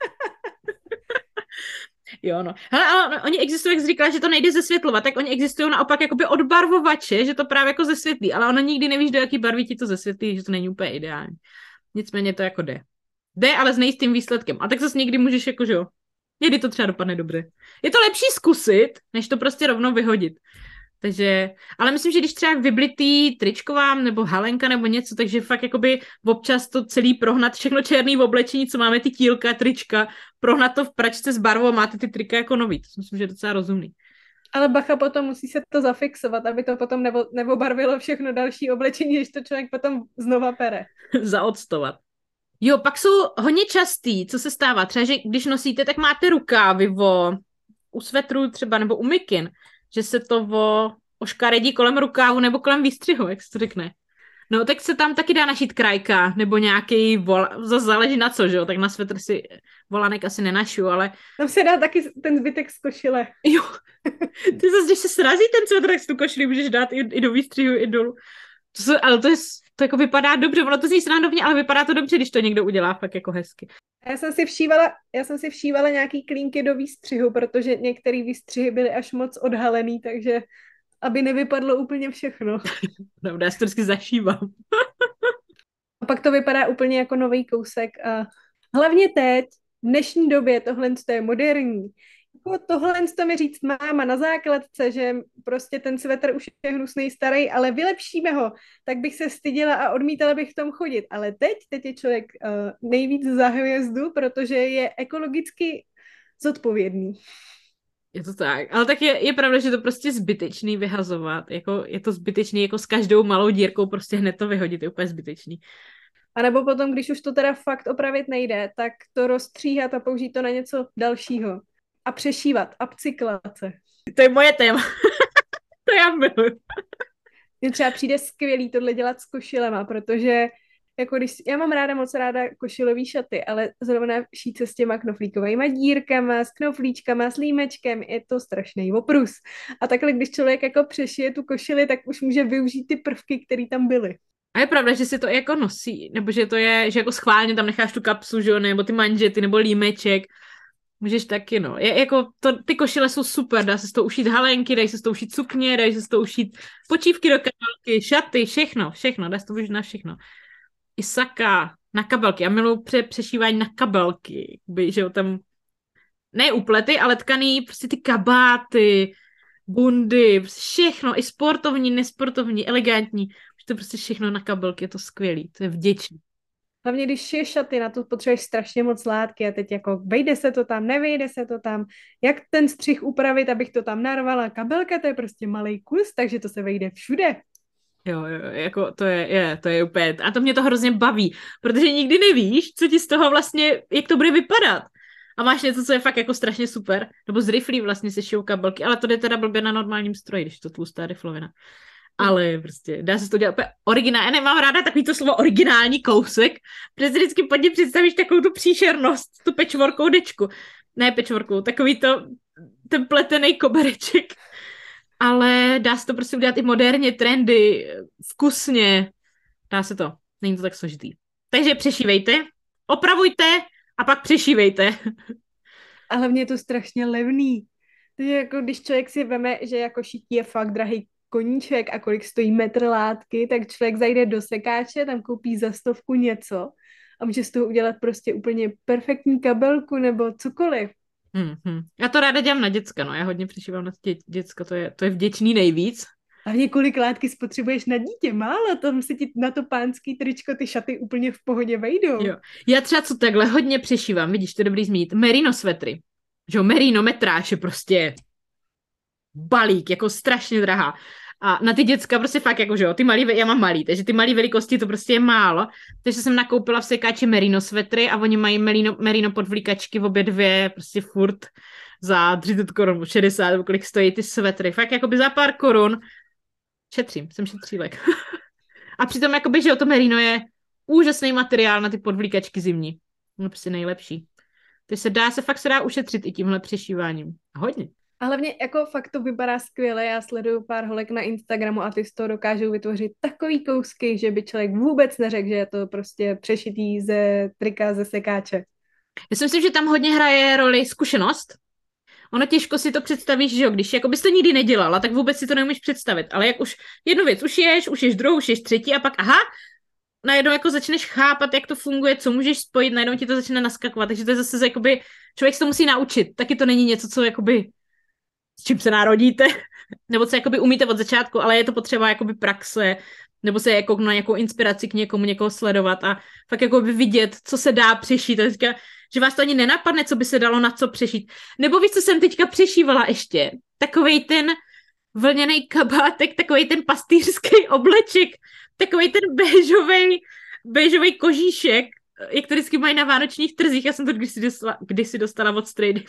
Jo, no. Hele, ale oni existují, jak jsi říkala, že to nejde zesvětlovat, tak oni existují naopak jakoby odbarvovače, že to právě jako zesvětlí, ale ono nikdy nevíš, do jaký barvy ti to zesvětlí, že to není úplně ideální. Nicméně to jako jde. Jde, ale s nejistým výsledkem. A tak zase někdy můžeš jako, že jo, někdy to třeba dopadne dobře. Je to lepší zkusit, než to prostě rovnou vyhodit. Takže, ale myslím, že když třeba vyblitý tričko vám, nebo halenka, nebo něco, takže fakt jakoby občas to celý prohnat, všechno černý v oblečení, co máme ty tílka, trička, prohnat to v pračce s barvou a máte ty trika jako nový. To myslím, že je docela rozumný. Ale bacha, potom musí se to zafixovat, aby to potom nebo, neobarvilo všechno další oblečení, když to člověk potom znova pere. Zaodstovat. Jo, pak jsou hodně častý, co se stává. Třeba, že když nosíte, tak máte rukávy o, u svetru třeba, nebo u mikin, že se to o, oškaredí kolem rukávu nebo kolem výstřihu, jak se to řekne. No, tak se tam taky dá našít krajka, nebo nějaký vol, zase záleží na co, že jo, tak na svetr si volanek asi nenašu, ale... Tam se dá taky ten zbytek z košile. Jo, ty zase, když se srazí ten svetr, tak si tu košili můžeš dát i, i do výstřihu, i dolů. To se, ale to, je, to jako vypadá dobře, ono to zní srandovně, ale vypadá to dobře, když to někdo udělá fakt jako hezky. Já jsem si všívala, já jsem si všívala nějaký klínky do výstřihu, protože některé výstřihy byly až moc odhalený, takže aby nevypadlo úplně všechno. Dobrá, já si to vždycky zašívám. A pak to vypadá úplně jako nový kousek a hlavně teď, v dnešní době, tohle je moderní. Jako tohle to mi říct máma na základce, že prostě ten svetr už je hnusnej starý, ale vylepšíme ho, tak bych se styděla a odmítala bych v tom chodit. Ale teď, teď je člověk uh, nejvíc za hvězdu, protože je ekologicky zodpovědný. Je to tak, ale tak je, je pravda, že to prostě zbytečný vyhazovat, jako je to zbytečný, jako s každou malou dírkou prostě hned to vyhodit, je úplně zbytečný. A nebo potom, když už to teda fakt opravit nejde, tak to rozstříhat a použít to na něco dalšího. A přešívat, upcyklace. To je moje téma. To já miluji. Mně třeba přijde skvělý tohle dělat s košilema, protože jako když, já mám ráda moc ráda košilový šaty, ale zrovna šít se s těma knoflíkovými dírkama, s knoflíčkama, s límečkem, je to strašný oprus. A takhle, když člověk jako přešije tu košili, tak už může využít ty prvky, které tam byly. A je pravda, že si to jako nosí, nebo že to je, že jako schválně tam necháš tu kapsu, že jo, nebo ty manžety, nebo límeček. Můžeš taky, no. Je, jako to, ty košile jsou super, dá se z toho ušít halenky, dají se z toho ušít sukně, dají se z toho ušít počívky do kabelky, šaty, všechno, všechno, dá se to využít na všechno. I saka na kabelky. Já miluji pře- přešívání na kabelky, by, že jo, tam ne úplety, ale tkaný, prostě ty kabáty, bundy, všechno, i sportovní, nesportovní, elegantní. Už to prostě všechno na kabelky, je to skvělý, to je vděčný. Hlavně, když šiješ šaty, na to potřebuješ strašně moc látky a teď jako vejde se to tam, nevejde se to tam, jak ten střih upravit, abych to tam narvala. Kabelka, to je prostě malý kus, takže to se vejde všude. Jo, jo, jako to je, je, to je úplně, a to mě to hrozně baví, protože nikdy nevíš, co ti z toho vlastně, jak to bude vypadat. A máš něco, co je fakt jako strašně super, nebo z riflí vlastně se šijou kabelky, ale to jde teda blbě na normálním stroji, když to tlustá riflovina. Ale prostě dá se to dělat úplně originálně. Já nemám ráda takový to slovo originální kousek, protože si vždycky pod ním představíš takovou tu příšernost, tu pečvorkou dečku. Ne pečvorkou, takový to, ten pletený kobereček. Ale dá se to prostě udělat i moderně, trendy, vkusně. Dá se to. Není to tak složitý. Takže přešívejte, opravujte a pak přešívejte. A hlavně je to strašně levný. Takže jako když člověk si veme, že jako šití je fakt drahý koníček a kolik stojí metr látky, tak člověk zajde do sekáče, tam koupí za stovku něco a může z toho udělat prostě úplně perfektní kabelku nebo cokoliv. Hmm, hmm. Já to ráda dělám na děcka, no. Já hodně přešívám na dě- děcka, to je, to je vděčný nejvíc. A několik látky spotřebuješ na dítě, málo, tam se ti na to pánský tričko ty šaty úplně v pohodě vejdou. Jo. Já třeba co takhle hodně přešívám, vidíš, to je dobrý zmínit, merino svetry. Že jo, merino metráž je prostě balík, jako strašně drahá. A na ty děcka prostě fakt jako, že jo, ty malý, já mám malý, takže ty malý velikosti to prostě je málo. Takže jsem nakoupila v sekáči merino svetry a oni mají merino, merino podvlíkačky v obě dvě, prostě furt za třicet korun, šedesát, nebo kolik stojí ty svetry. Fakt jakoby za pár korun šetřím, jsem šetřílek. A přitom jakoby, že jo, to merino je úžasný materiál na ty podvlíkačky zimní. No prostě nejlepší. Takže se dá, se fakt se dá ušetřit i tímhle přešíváním. Hodně. A hlavně jako fakt to vypadá skvěle, já sleduju pár holek na Instagramu a ty z toho dokážou vytvořit takový kousky, že by člověk vůbec neřekl, že je to prostě přešitý ze trika, ze sekáče. Já si myslím, že tam hodně hraje roli zkušenost. Ono těžko si to představíš, že jo, když jako bys to nikdy nedělala, tak vůbec si to neumíš představit. Ale jak už jednu věc ušiješ, ušiješ druhou, ušiješ třetí a pak aha, najednou jako začneš chápat, jak to funguje, co můžeš spojit, najednou ti to začne naskakovat. Takže to je zase jakoby, člověk se to musí naučit. Taky to není něco, co jakoby s čím se narodíte, nebo co jakoby umíte od začátku, ale je to potřeba jakoby praxe, nebo se jako na nějakou inspiraci k někomu, někoho sledovat a fakt jakoby vidět, co se dá přešít. A teďka, že vás to ani nenapadne, co by se dalo na co přešít. Nebo víš, co jsem teďka přešívala ještě? Takovej ten vlněný kabátek, takovej ten pastýřský obleček, takovej ten béžovej, béžovej kožíšek, jak to vždycky mají na vánočních trzích. Já jsem to kdysi dostala, kdysi dostala od Strady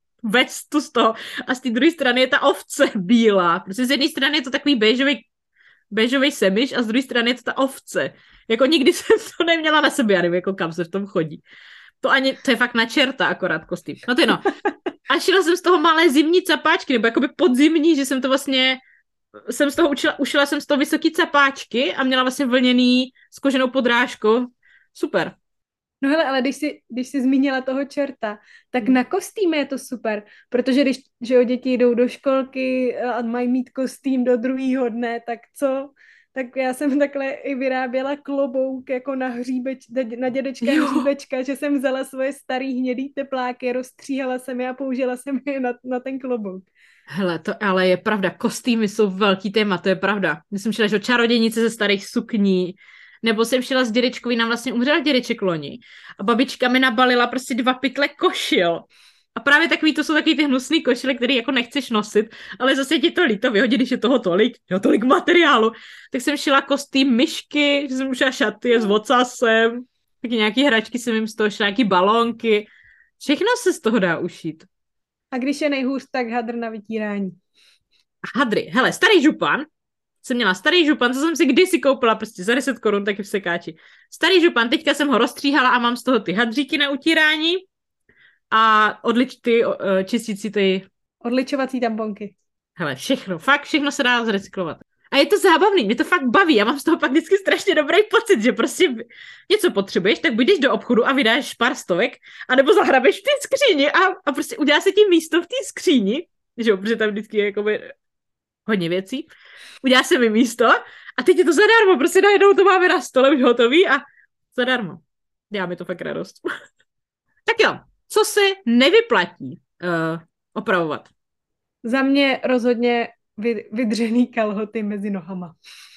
vestu z toho a z té druhé strany je ta ovce bílá. Protože z jedné strany je to takový béžový, béžový semiš a z druhé strany je to ta ovce. Jako nikdy jsem to neměla na sebe, já nevím, jako kam se v tom chodí. To ani, to je fakt na čerta akorát kostým. No to je no. A šila jsem z toho malé zimní capáčky, nebo jakoby podzimní, že jsem to vlastně, jsem z toho učila, ušila jsem z toho vysoký capáčky a měla vlastně vlněný s koženou podrážkou. Super. No hele, ale když jsi, když jsi zmínila toho čerta, tak na kostýmy je to super, protože když, že jo, děti jdou do školky a mají mít kostým do druhého dne, tak co? Tak já jsem takhle i vyráběla klobouk jako na hříbeč, na dědečka jo. hříbečka, že jsem vzala svoje starý hnědý tepláky, rozstříhala jsem je a použila jsem je na, na ten klobouk. Hele, to ale je pravda, kostýmy jsou velký téma, to je pravda. Myslím, že o čarodějnice ze starých sukní, nebo jsem šla s dědečkovi, nám vlastně umřel dědeček loni a babička mi nabalila prostě dva pytle košil A právě takový, to jsou takový ty hnusný košile, který jako nechceš nosit, ale zase ti to líto vyhodit, když je toho tolik, jo, tolik materiálu. Tak jsem šila kostým myšky, že jsem ušila šaty s ocasem, taky nějaký hračky jsem jim z toho šila, nějaký balónky. Všechno se z toho dá ušít. A když je nejhůř, tak hadr na vytírání. Hadry. Hele, starý župan. Jsem měla starý župan, co jsem si kdysi koupila prostě za deset korun, taky v sekáči. Starý župan, teďka jsem ho rozstříhala a mám z toho ty hadříky na utírání a odlič ty čistící ty... Odličovací tamponky. Hele, všechno, fakt všechno se dá zrecyklovat. A je to zábavný, mě to fakt baví, já mám z toho pak vždycky strašně dobrý pocit, že prostě něco potřebuješ, tak buď jdeš do obchodu a vydáš pár stovek, anebo zahrabeš v té skříni a, a prostě udělá se ti místo v té skříni, že jo, protože tam vždycky je jakoby hodně věcí, udělá se mi místo a teď je to zadarmo, prostě najednou to máme na stole už hotový a zadarmo. Dělá mi to fakt radost. Tak jo, co se nevyplatí uh, opravovat? Za mě rozhodně vydřený kalhoty mezi nohama.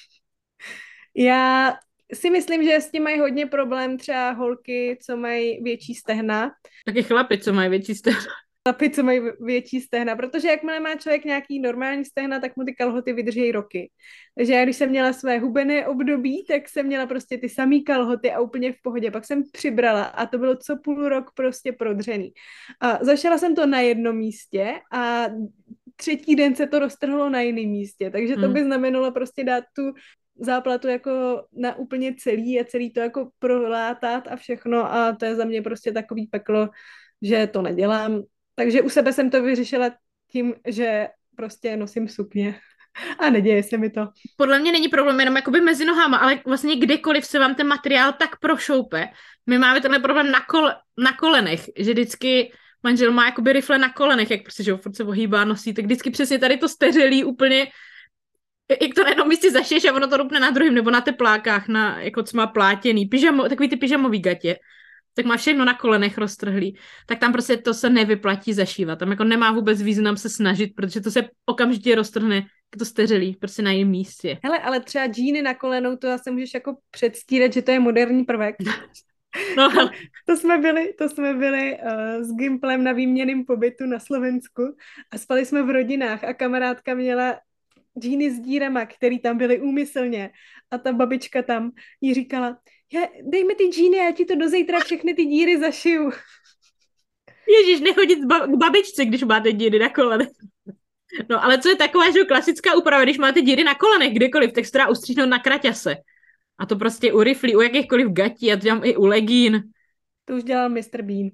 Já si myslím, že s tím mají hodně problém třeba holky, co mají větší stehna. Taky chlapi, co mají větší stehna. Chlapi, co mají větší stehna, protože jakmile má člověk nějaký normální stehna, tak mu ty kalhoty vydrží roky. Takže já, když jsem měla své hubené období, tak jsem měla prostě ty samý kalhoty a úplně v pohodě. Pak jsem přibrala a to bylo co půl rok prostě prodřený. A zašila jsem to na jednom místě a třetí den se to roztrhlo na jiném místě, takže to by znamenalo prostě dát tu záplatu jako na úplně celý a celý to jako prolátat a všechno a to je za mě prostě takový peklo, že to nedělám. Takže u sebe jsem to vyřešila tím, že prostě nosím sukně a neděje se mi to. Podle mě není problém jenom jakoby mezi nohama, ale vlastně kdekoliv se vám ten materiál tak prošoupe. My máme tenhle problém na, kol- na kolenech, že vždycky manžel má jakoby rifle na kolenech, jak prostě, že ho furt se ohýbá, nosí, tak vždycky přesně tady to steřelí úplně, jak to na jednom místě zašiješ a ono to rupne na druhém, nebo na teplákách, na, jako co má plátěný, pyžamo, takový ty pyžamový gatě, tak má všechno na kolenech roztrhlý, tak tam prostě to se nevyplatí zašívat, tam jako nemá vůbec význam se snažit, protože to se okamžitě roztrhne, jak to steřelí, prostě na jiném místě. Hele, ale třeba džíny na kolenou, to zase můžeš jako předstírat, že to je moderní prvek. No, ale... to jsme byli, to jsme byli uh, s Gimplem na výměnném pobytu na Slovensku a spali jsme v rodinách a kamarádka měla džíny s dírama, který tam byly úmyslně a ta babička tam jí říkala, dej mi ty džíny, já ti to do zítra všechny ty díry zašiju. Ježíš, nechodit k babičce, když máte díry na kolenech. No, ale co je taková, že klasická úprava, když máte díry na kolenech kdekoliv, tak se dá ustříhnout na kraťase. A to prostě u riflí, u jakýchkoliv gatí, a to dělám i u legín. To už dělal mister Bean.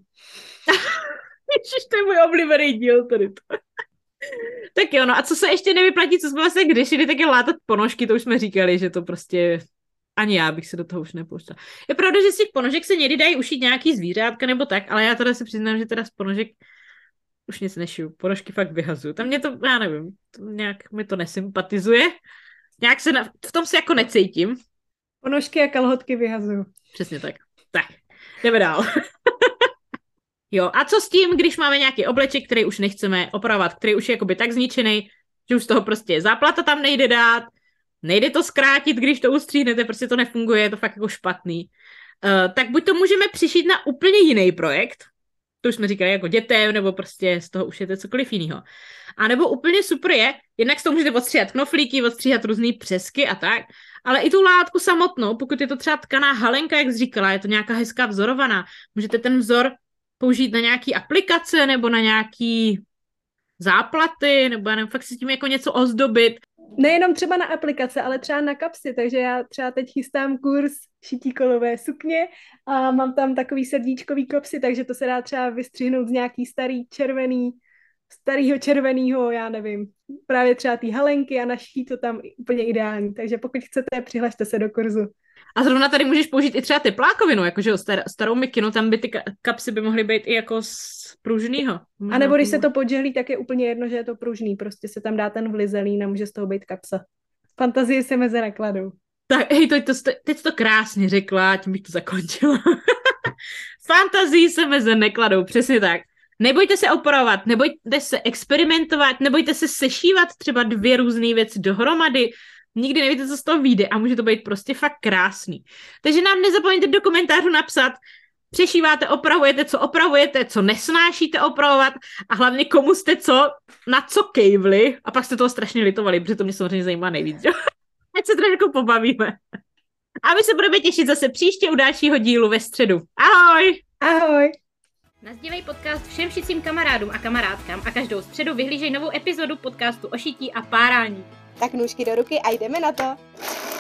Ježiš, to je můj oblíbený díl tady to. Tak jo, no a co se ještě nevyplatí, co jsme vlastně kdyšili, tak je látat ponožky, to už jsme říkali, že to prostě ani já bych se do toho už nepouštěla. Je pravda, že z těch ponožek se někdy dají ušít nějaký zvířátka nebo tak, ale já teda se přiznám, že teda z ponožek už nic nešiju. Ponožky fakt vyhazuju. Tam mě to, já nevím, to nějak mi to nesympatizuje. Nějak se na, v tom se jako necítím. Ponožky a kalhotky vyhazuju. Přesně tak. Tak, jdeme dál. Jo, a co s tím, když máme nějaký obleček, který už nechceme opravovat, který už je jakoby tak zničený, že už z toho prostě záplata tam nejde dát, nejde to zkrátit, když to ustříhnete, prostě to nefunguje, je to fakt jako špatný. Uh, tak buď to můžeme přišít na úplně jiný projekt, to už jsme říkali jako dětem, nebo prostě z toho ušijete cokoliv jiného. A nebo úplně super je, jednak z toho můžete odstříhat knoflíky, odstříhat různý přesky a tak, ale i tu látku samotnou, pokud je to třeba tkaná halenka, jak jsi říkala, je to nějaká hezká vzorovaná, můžete ten vzor použít na nějaký aplikace nebo na nějaký záplaty, nebo já nevím, fakt si tím jako něco ozdobit. Nejenom třeba na aplikace, ale třeba na kapsy, takže já třeba teď chystám kurz šití kolové sukně a mám tam takový srdíčkový kapsy, takže to se dá třeba vystřihnout z nějaký starý červený, starýho červenýho, já nevím, právě třeba ty halenky a naší to tam úplně ideální, takže pokud chcete, přihlašte se do kurzu. A zrovna tady můžeš použít i třeba teplákovinu, jakože star- starou mikinu, tam by ty kapsy by mohly být i jako z pružnýho. A nebo když se to podžehlí, tak je úplně jedno, že je to pružný, prostě se tam dá ten vlizelín a může z toho být kapsa. Fantazie se meze nakladou. Tak, hej, to, to, teď to krásně řekla, tím bych to zakončila. Fantazii se meze nekladou, přesně tak. Nebojte se operovat, nebojte se experimentovat, nebojte se sešívat třeba dvě různé věci dohromady. Nikdy nevíte, co z toho vyjde a může to být prostě fakt krásný. Takže nám nezapomeňte do komentářů napsat, přešíváte, opravujete, co opravujete, co nesnášíte opravovat a hlavně komu jste co, na co kejvli a pak jste toho strašně litovali, protože to mě samozřejmě zajímá nejvíc, jo? Ať se trošku pobavíme. A my se budeme těšit zase příště u dalšího dílu ve středu. Ahoj! Ahoj! Nasdívej podcast všem šicím kamarádům a kamarádkám a každou středu vyhlížej novou epizodu podcastu o šití a párání. Tak nůžky do ruky a jdeme na to!